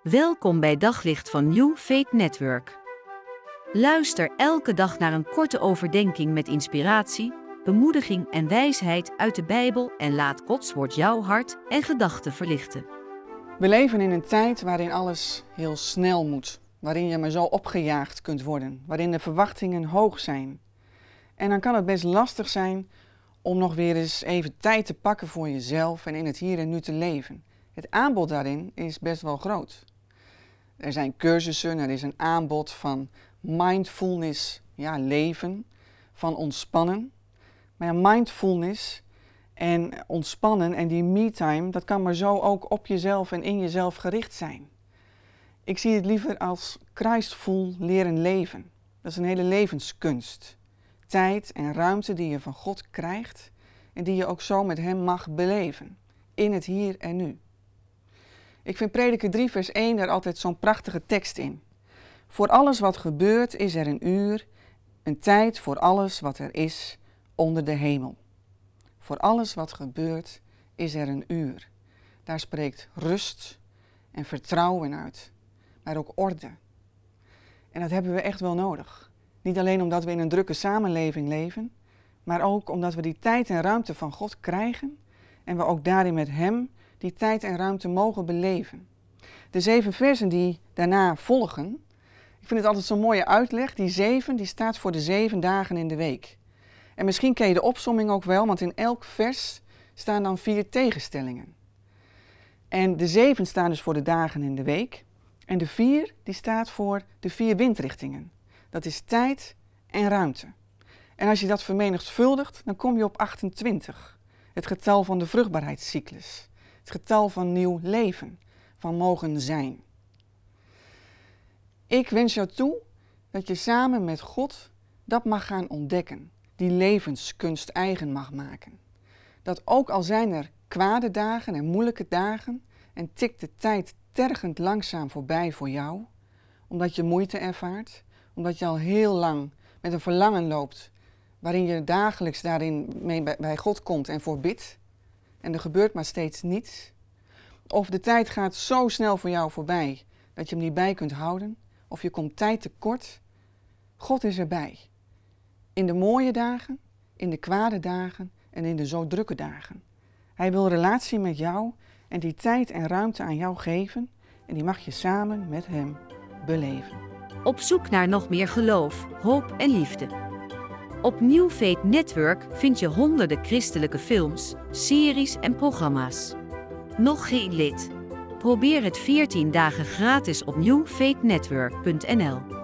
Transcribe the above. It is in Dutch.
Welkom bij Daglicht van New Faith Network. Luister elke dag naar een korte overdenking met inspiratie, bemoediging en wijsheid uit de Bijbel en laat Gods woord jouw hart en gedachten verlichten. We leven in een tijd waarin alles heel snel moet, waarin je maar zo opgejaagd kunt worden, waarin de verwachtingen hoog zijn. En dan kan het best lastig zijn om nog weer eens even tijd te pakken voor jezelf en in het hier en nu te leven. Het aanbod daarin is best wel groot. Er zijn cursussen, er is een aanbod van mindfulness, leven, van ontspannen. Maar ja, mindfulness en ontspannen en die me-time, dat kan maar zo ook op jezelf en in jezelf gericht zijn. Ik zie het liever als Christful leren leven. Dat is een hele levenskunst. Tijd en ruimte die je van God krijgt en die je ook zo met Hem mag beleven. In het hier en nu. Ik vind Prediker 3 vers 1 daar altijd zo'n prachtige tekst in. Voor alles wat gebeurt is er een uur, een tijd voor alles wat er is onder de hemel. Voor alles wat gebeurt is er een uur. Daar spreekt rust en vertrouwen uit, maar ook orde. En dat hebben we echt wel nodig. Niet alleen omdat we in een drukke samenleving leven, maar ook omdat we die tijd en ruimte van God krijgen en we ook daarin met Hem die tijd en ruimte mogen beleven. De 7 versen die daarna volgen, ik vind het altijd zo'n mooie uitleg. Die 7 die staat voor de 7 dagen in de week. En misschien ken je de opsomming ook wel, want in elk vers staan dan 4 tegenstellingen. En de 7 staan dus voor de dagen in de week. En de 4 die staat voor de 4 windrichtingen. Dat is tijd en ruimte. En als je dat vermenigvuldigt, dan kom je op 28. Het getal van de vruchtbaarheidscyclus. Het getal van nieuw leven, van mogen zijn. Ik wens jou toe dat je samen met God dat mag gaan ontdekken. Die levenskunst eigen mag maken. Dat ook al zijn er kwade dagen en moeilijke dagen en tikt de tijd tergend langzaam voorbij voor jou, omdat je moeite ervaart, omdat je al heel lang met een verlangen loopt, waarin je dagelijks daarin mee bij God komt en voor bidt, en er gebeurt maar steeds niets. Of de tijd gaat zo snel voor jou voorbij dat je hem niet bij kunt houden, of je komt tijd tekort. God is erbij. In de mooie dagen, in de kwade dagen en in de zo drukke dagen. Hij wil relatie met jou en die tijd en ruimte aan jou geven en die mag je samen met Hem beleven. Op zoek naar nog meer geloof, hoop en liefde. Op New Faith Network vind je honderden christelijke films, series en programma's. Nog geen lid? Probeer het 14 dagen gratis op newfaithnetwork.nl.